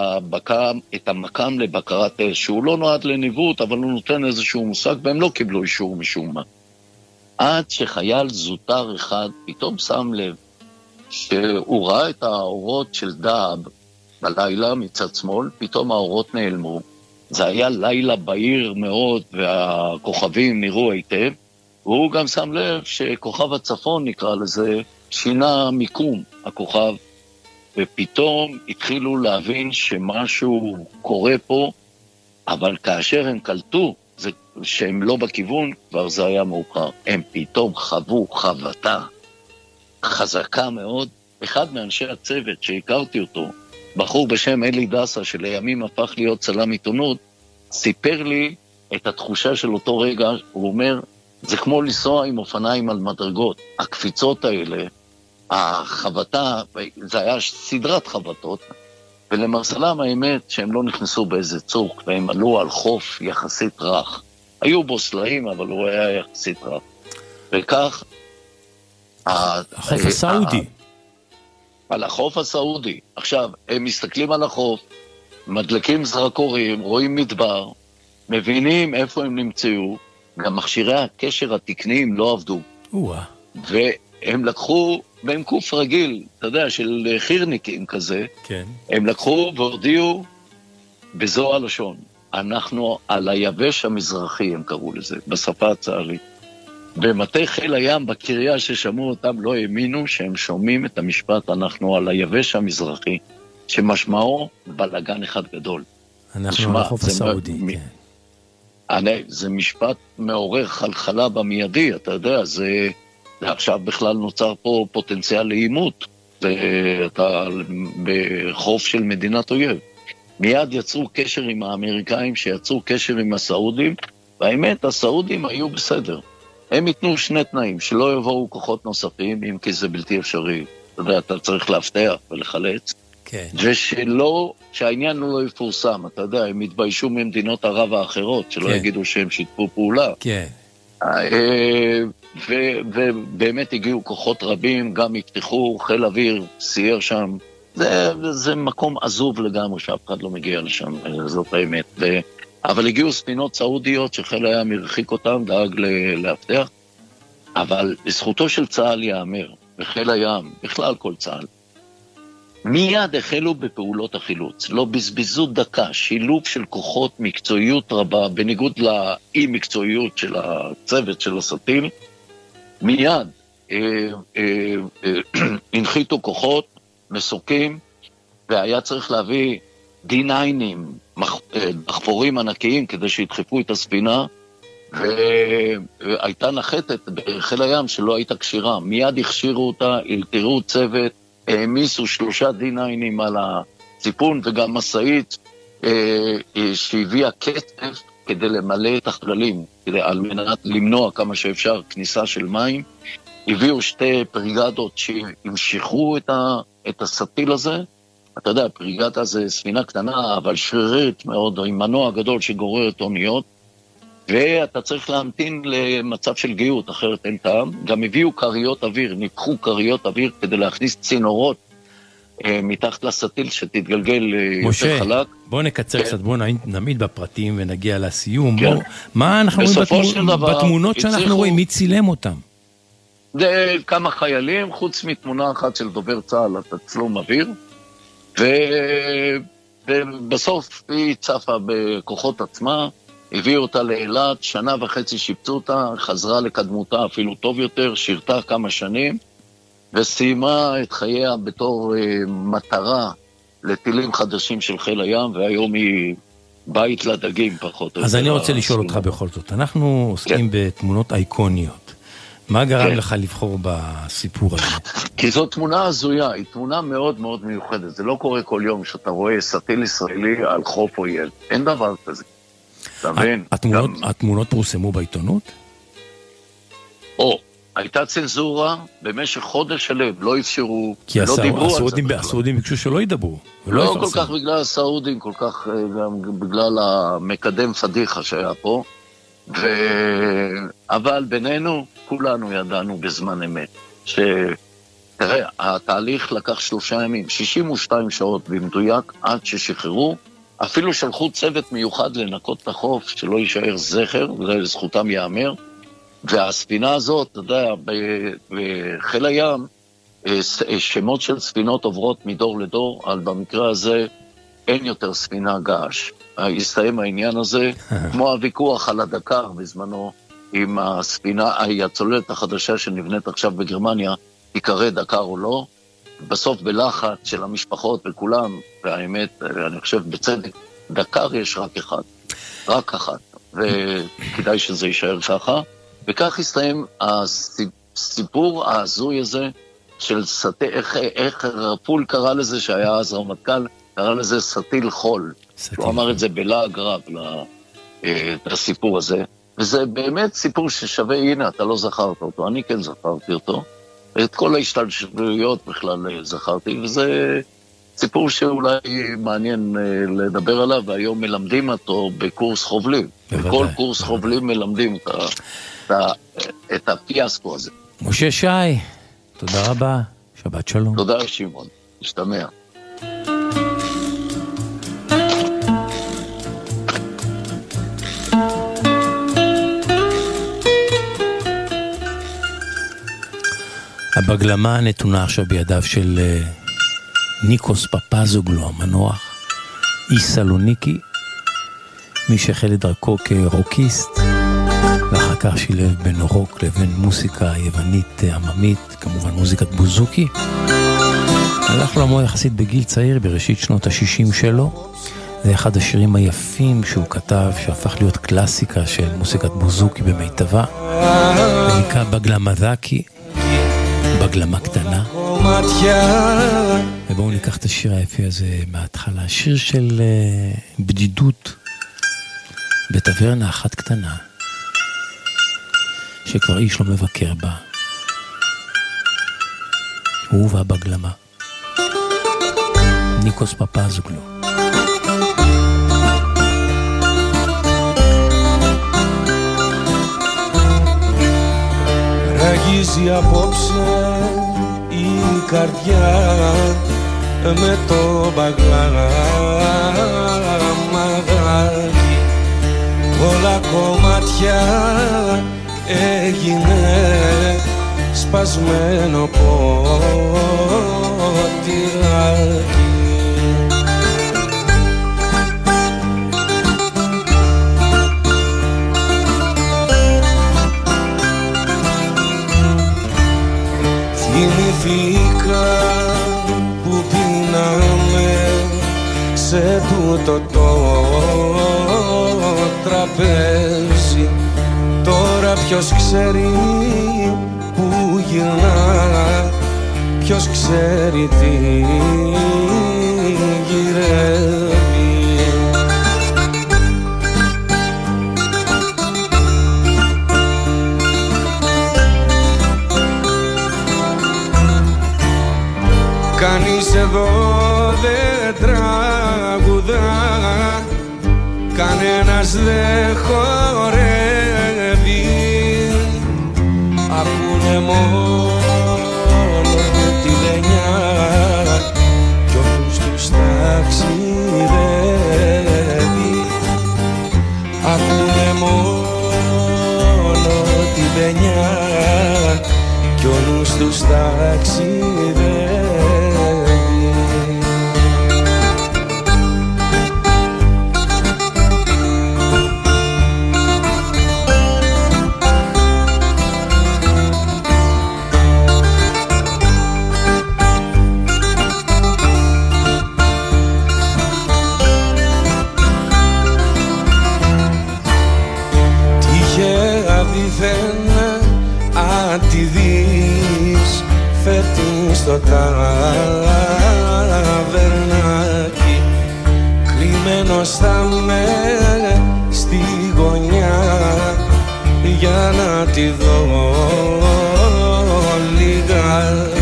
את המקם לבקרת אש, שהוא לא נועד לניווט, אבל הוא נותן איזשהו מושג, והם לא קיבלו אישור משום מה. עד שחייל זוטר אחד פתאום שם לב, שהוא ראה את האורות של דאב בלילה מצד שמאל, פתאום האורות נעלמו. זה היה לילה בהיר מאוד, והכוכבים נראו היטב, והוא גם שם לב שכוכב הצפון נקרא לזה, שינה מיקום הכוכב, ופתאום התחילו להבין שמשהו קורה פה, אבל כאשר הם קלטו שהם לא בכיוון, כבר זה היה מאוחר. הם פתאום חוו חבטה חזקה מאוד. אחד מאנשי הצוות שהכרתי אותו, בחור בשם אלי דסה, שלימים הפך להיות צלם עיתונות, סיפר לי את התחושה של אותו רגע. הוא אומר, זה כמו לנסוע עם אופניים על מדרגות. הקפיצות האלה, החבטה, זה היה סדרת חבטות, ולמזלם האמת שהם לא נכנסו באיזה צוק, והם עלו על חוף יחסית רך. היו בו סלעים, אבל הוא היה יחסית רך. וכך... החוף הסעודי. על החוף הסעודי. עכשיו, הם מסתכלים על החוף, מדלקים זרקורים, רואים מדבר, מבינים איפה הם נמצאו, גם מכשירי הקשר התקניים לא עבדו. והם לקחו בין קוף רגיל, אתה יודע, של חירניקים כזה, כן. הם לקחו והודיעו בזו הלשון, אנחנו על היבש המזרחי, הם קראו לזה, בשפה הצה"לית. במטה חיל הים בקריה ששמעו אותם לא האמינו שהם שומעים את המשפט, אנחנו על היבש המזרחי, שמשמעו בלגן אחד גדול. אנחנו על החוף הסעודי, כן. זה משפט מעורר חלחלה במיידי, אתה יודע, זה עכשיו בכלל נוצר פה פוטנציאל לאימות, ואתה בחוף של מדינת אויב. מיד יצרו קשר עם האמריקאים, שיצרו קשר עם הסעודים, והאמת, הסעודים היו בסדר. הם ייתנו שני תנאים, שלא יבואו כוחות נוספים, אם כי זה בלתי אפשרי. אתה יודע, אתה צריך להפתח ולחלץ. כן. ושלא, שהעניין לא יפורסם, אתה יודע, הם התביישו ממדינות ערב האחרות, שלא כן. יגידו שהם שיתפו פעולה. כן. ובאמת הגיעו כוחות רבים, גם יפתחו, חיל אוויר, סייר שם. זה מקום עזוב לגמרי, שאף אחד לא מגיע לשם, זאת האמת. אבל הגיעו ספינות סעודיות שחיל הים הרחיק אותם, דאג להפתח. אבל לזכותו של צה"ל יאמר, וחיל הים, בכלל כל צה"ל, מיד החלו בפעולות החילוץ, לא בזבזו דקה, שילוב של כוחות, מקצועיות רבה, בניגוד לאי מקצועיות של הצוות של הסטיל, מיד הנחיתו כוחות, מסוקים, והיה צריך להביא D9'ים, מחפורים ענקיים כדי שידחפו את הספינה, והייתה נחתת בחיל הים שלא הייתה קשירה, מיד הכשירו אותה, אלתרו צוות, העמיסו 3 D9'ים על הציפון וגם מסעית שהביאה כסף כדי למלא את החללים, על מנת למנוע כמה שאפשר כניסה של מים. הביאו 2 פריגדות שהמשיכו את הסטיל הזה. אתה יודע, פריגדה זה ספינה קטנה אבל שרירית מאוד, עם מנוע גדול שגוררת אוניות, ואתה צריך להמתין למצב של גאות, אחרת אין טעם. גם הביאו קריות אוויר, ניפחו קריות אוויר כדי להכניס צינורות מתחת לסטיל שתתגלגל יותר חלק. משה, בוא נקצר קצת, בוא נעמיד בפרטים ונגיע לסיום. מה אנחנו רואים בתמונות שאנחנו רואים? מי צילם אותם? זה כמה חיילים, חוץ מתמונה אחת של דובר צה"ל, תצלום אוויר, ובסוף היא צפה בכוחות עצמה, הביאו אותה לאילת, 1.5 שנה שיפצו אותה, חזרה לקדמותה אפילו טוב יותר, שירתה כמה שנים, וסיימה את חייה בתור מטרה לטילים חדשים של חיל הים, והיום היא בית לדגים פחות. אז אני רוצה לשאול אותך בכל זאת, אנחנו עוסקים בתמונות אייקוניות. מה גרם לך לבחור בסיפור הזה? כי זו תמונה הזויה, היא תמונה מאוד מאוד מיוחדת. זה לא קורה כל יום שאתה רואה סטיל ישראלי על חוף אויב. אין דבר כזה. התמונות פורסמו בעיתונות? הייתה צנזורה במשך חודש שלם, לא אפשרו, לא דיברו על זה. הסעודים ביקשו שלא ידברו. לא כל כך בגלל הסעודים, כל כך גם בגלל המקדם פדיחה שהיה פה. אבל בינינו, כולנו ידענו בזמן אמת. תראה, התהליך לקח 3 ימים, 62 שעות במדויק עד ששחררו, אפילו שלחו צוות מיוחד לנקות את החוף, שלא יישאר זכר, וזה לזכותם יאמר, והספינה הזאת, אתה יודע, בחיל הים, שמות של ספינות עוברות מדור לדור, אבל במקרה הזה אין יותר ספינה געש. הסתיים העניין הזה, כמו הוויכוח על הדקר בזמנו, עם הספינה, הצוללת החדשה שנבנית עכשיו בגרמניה, יקרא דקר או לא, בסוף בלחץ של המשפחות וכולם, והאמת, אני חושב בצדק, דקר יש רק אחת, וכדאי שזה יישאר ככה, וכך הסתיים הסיפור ההזוי הזה, של איך רפול קרא לזה, שהיה אז רמטכ"ל, קרא לזה סטיל חול, הוא אמר את זה בלעג רב לסיפור הזה, וזה באמת סיפור ששווה, הנה, אתה לא זכרת אותו, אני כן זכרתי אותו, ואת כל ההשתלשלויות בכלל זכרתי, וזה סיפור שאולי מעניין לדבר עליו, והיום מלמדים אותו בקורס חובלים. בכל קורס חובלים מלמדים את הפיאסקו הזה. משה שי, תודה רבה, שבת שלום. תודה שמעון, השתמע. הבגלמה נתונה עכשיו בידיו של ניקוס פפזוגלו המנוח, איש סלוניקי, מי שהחל את דרכו כרוקיסט, ואחר כך שילב בין רוק לבין מוסיקה יוונית עממית, כמובן מוזיקת בוזוקי. הלך לעולמו יחסית בגיל צעיר, בראשית שנות ה-60 שלו. זה אחד השירים היפים שהוא כתב, שהפך להיות קלאסיקה של מוזיקת בוזוקי במיטבה, ונקרא בגלמזקי, בגלמה קטנה. ובואו ניקח את השיר היפי הזה מההתחלה, שיר של בדידות בטברנה אחת קטנה, שכבר איש לא מבקר בה, הוא והבגלמה. ניקוס פפזוגלו. Ραγίζει απόψε η καρδιά με το μπαγλαμαδάκι, όλα κομμάτια έγινε σπασμένο ποτηράκι. Θυμηθήκα που πίναμε σε τούτο το τραπέζι. Τώρα ποιος ξέρει που γυρνά, ποιος ξέρει τι γυρεύει. Κανείς εδώ δεν τραγουδά, κανένας δεν χορεύει. Ακούνε μόνο τη λενιά κι όλους τους ταξιδεύει. Ακούνε μόνο τη λενιά κι όλους τους ταξιδεύει. Στο ταβερνάκι κρυμμένος θα με στη γωνιά για να τη δω λιγάκι.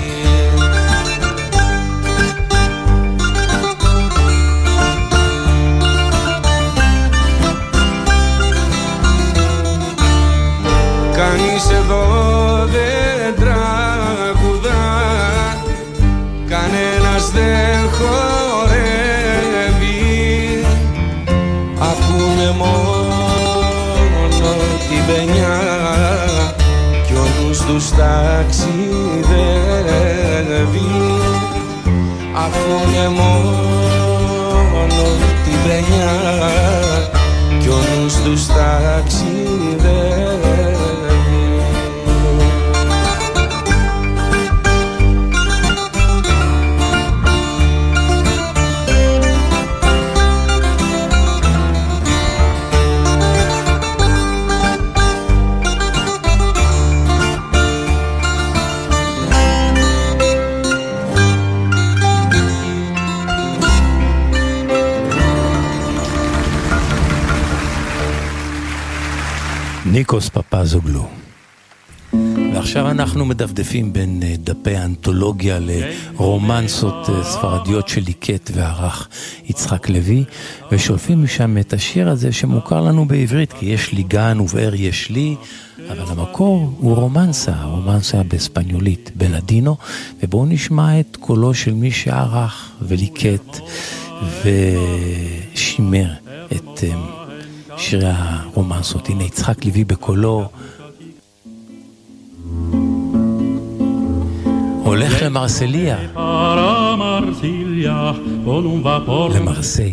Κανείς εδώ δεν τραγουδά, κανένας δεν χορεύει. Ακούνε μόνο την παινιά κι όλους τους ταξιδεύει. Ακούνε μόνο την παινιά κι όλους τους ταξιδεύει. ניקוס פפזוגלו. ועכשיו אנחנו מדפדפים בין דפי האנתולוגיה לרומנסות ספרדיות שליקט וערך יצחק לוי, ושולפים משם את השיר הזה שמוכר לנו בעברית, כי יש לי גן ובאר יש לי, אבל המקור הוא רומנסה, רומנסה בספניולית, בלדינו, ובואו נשמע את קולו של מי שערך וליקט ושימר את שירי הרומנסות. הנה יצחק לוי בקולו הולך למרסליה, למרסיי.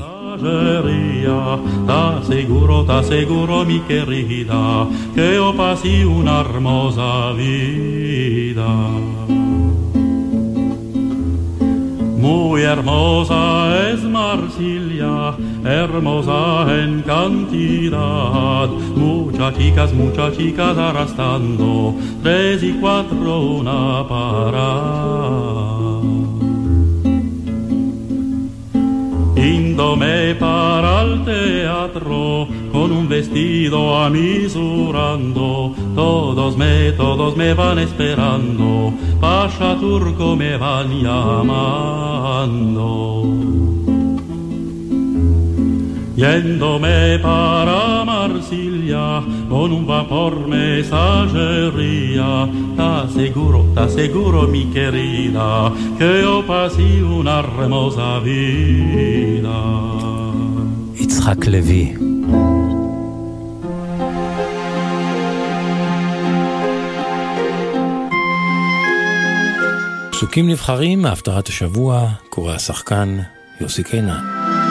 T'asseguro mi querida che ho passi una hermosa vida. Muy hermosa es Marsilia, hermosa en cantidad. Muchas chicas arrastrando, 3 y 4 una parada. Índome para el teatro con un vestido amisurando. Todos me van esperando, Pasha Turco me van llamando. llorando. Yéndome para Marsilia con un vapor mensajería, t'aseguro mi querida que yo pasé una hermosa vida. יצחק לוי. פסוקים נבחרים מהפטרת השבוע, קורא השחקן יוסי קינן.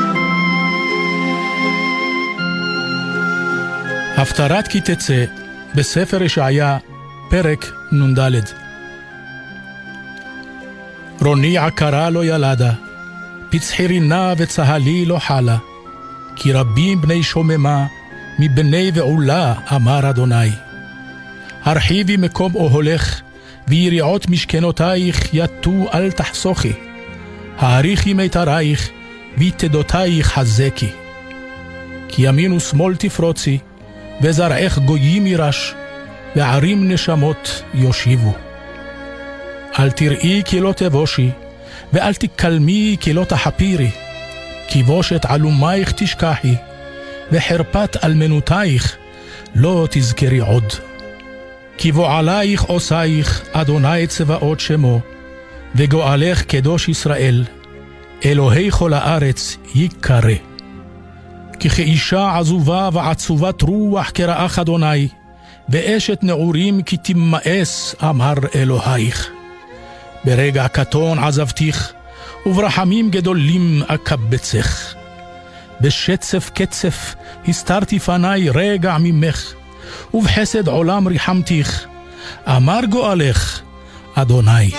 הפטרת כי תצא בספר ישעיה, פרק נ"ד. רוני עקרה לא ילדה, פצחי רינה וצהלי לא חלה, כי רבים בני שוממה מבני ועולה, אמר אדוני. הרחיבי מקום אוהלך, ויריעות משכנותייך יתו אל תחסוכי. העריכי מיתרייך, ויתדותייך חזקי. כי ימין ושמאל תפרוצי, וזרעך גויים ירש, וערים נשמות יושיבו. אל תראי כי לא תבושי, ואל תקלמי כי לא תחפירי, כי בושת עלומייך תשכחי, וחרפת אלמנותייך לא תזכרי עוד. כי בועלייך עושייך אדוני צבאות שמו, וגואלך קדוש ישראל, אלוהי כל הארץ יקרא. כי כאישה עזובה ועצובת רוח כרעך אדוני, ואשת נעורים כי תמאס, אמר אלוהיך. ברגע קטון עזבתיך, וברחמים גדולים אקבצך. בשצף קצף הסתרתי פני רגע ממך, ובחסד עולם ריחמתיך, אמר גואלך אדוני.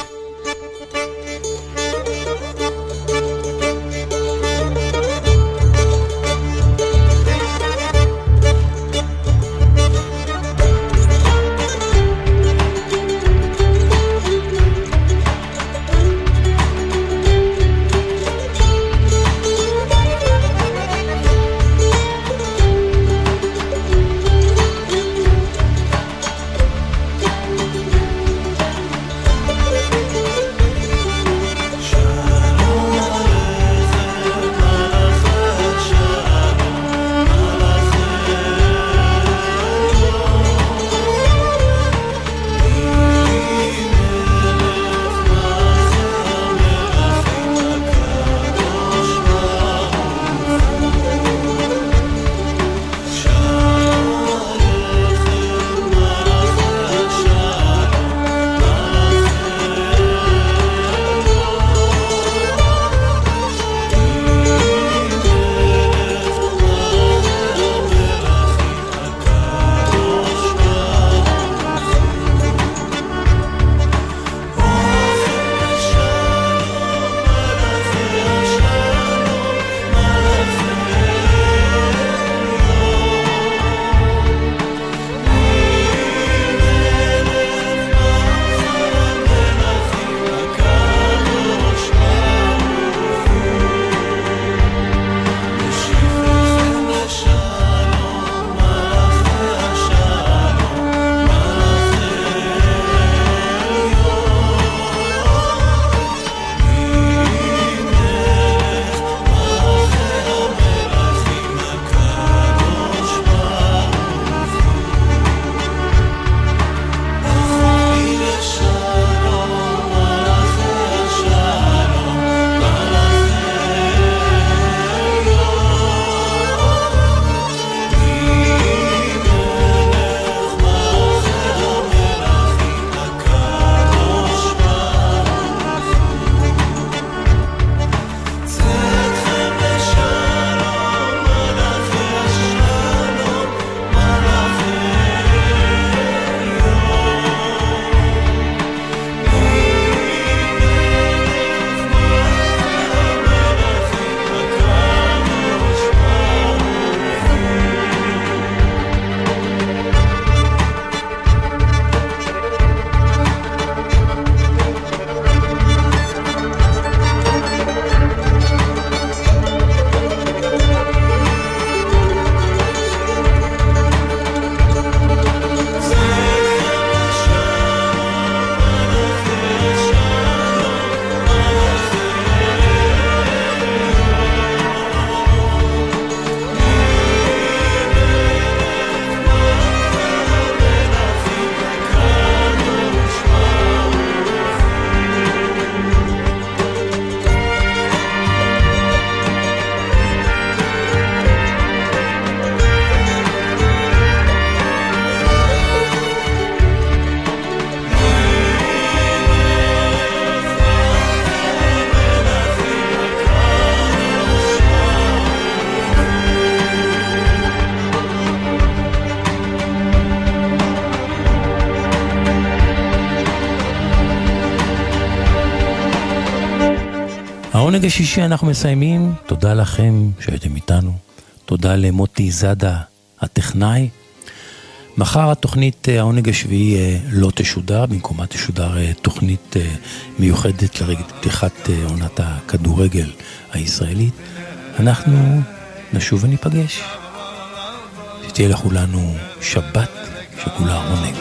העונג השישי אנחנו מסיימים. תודה לכם שהייתם איתנו. תודה למוטי זדה, הטכנאי. מחר התוכנית העונג השביעי לא תשודר, במקומה תשודר תוכנית מיוחדת לרגל פתיחת עונת הכדורגל הישראלית. אנחנו נשוב וניפגש. שתהיה לכולנו שבת שכולה עונג.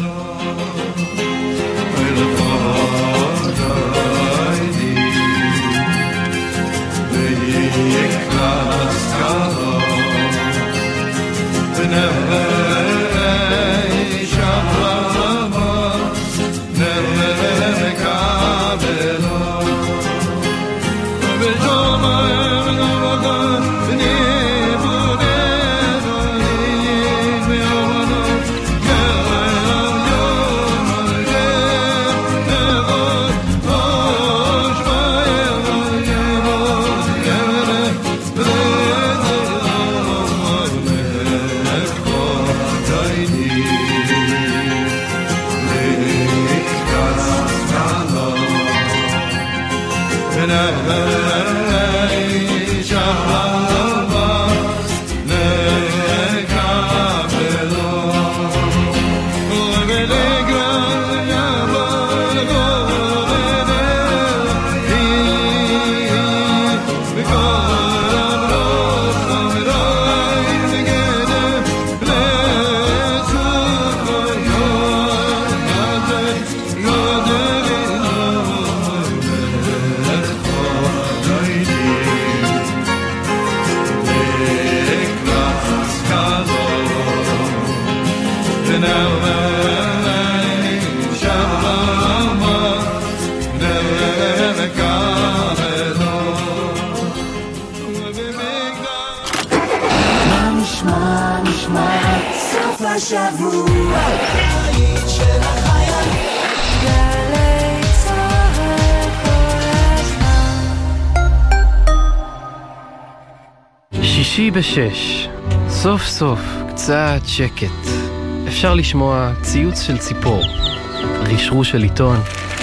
שישי בשש, סוף סוף קצת שקט. אפשר לשמוע ציוץ של ציפור, רשרוש של עיתון,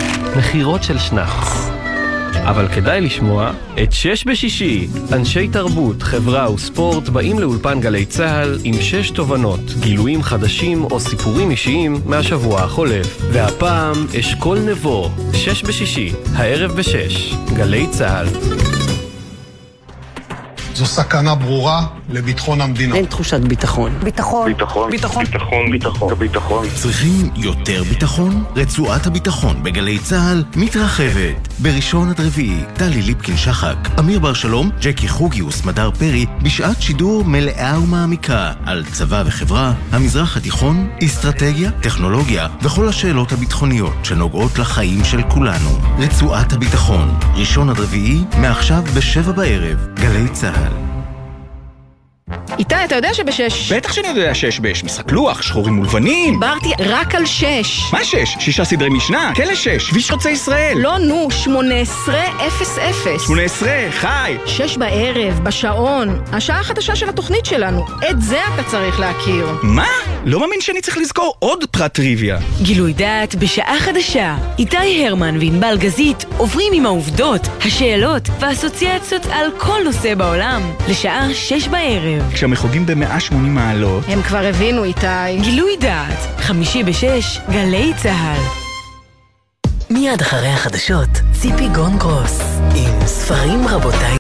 מחירות של שנץ. אבל כדאי לשמוע את שש בשישי. אנשי תרבות, חברה וספורט באים לאולפן גלי צהל עם 6 תובנות, גילויים חדשים או סיפורים אישיים מהשבוע החולף. והפעם אשכול נבו, 6 בשישי, הערב ב6, גלי צהל. זו סכנה ברורה לביטחון המדינה. אין תחושת ביטחון. ביטחון. ביטחון. ביטחון. ביטחון. ביטחון. ביטחון. צריכים יותר ביטחון? רצועת הביטחון בגלי צהל מתרחבת. בראשון עד רביעי, טלי ליפקין שחק, אמיר בר שלום, ג'קי חוגי וסמדר פרי, בשעת שידור מלאה ומעמיקה על צבא וחברה, המזרח התיכון, אסטרטגיה, טכנולוגיה וכל השאלות הביטחוניות שנוגעות לחיים של כולנו. רצועת הביטחון, ראשון עד רביעי, מעכשיו ב7 בערב, גלי צהל. איתי, אתה יודע שבשש? בטח שאני יודע שיש משחק לוח, שחורים מולבנים. דיברתי רק על 6. מה 6? 6 סדרי משנה, כלא 6, כביש חוצה ישראל. לא, נו, 18:00. 18, חי. 6 בערב, בשעון, השעה החדשה של התוכנית שלנו. את זה אתה צריך להכיר. מה? לא מאמין שאני צריך לזכור עוד פרט טריוויה. גילוי דעת בשעה חדשה. איתי הרמן וענבל גזית עוברים עם העובדות, השאלות והאסוציאציות על כל נושא בעולם. לשעה 6 בערב. כשהמחוגים ב-180 מעלות. הם כבר הבינו, איתי. גילוי דעת, חמישי ב6, גלי צהל. מיד אחרי החדשות, ציפי גון גרוס עם ספרים רבותיי.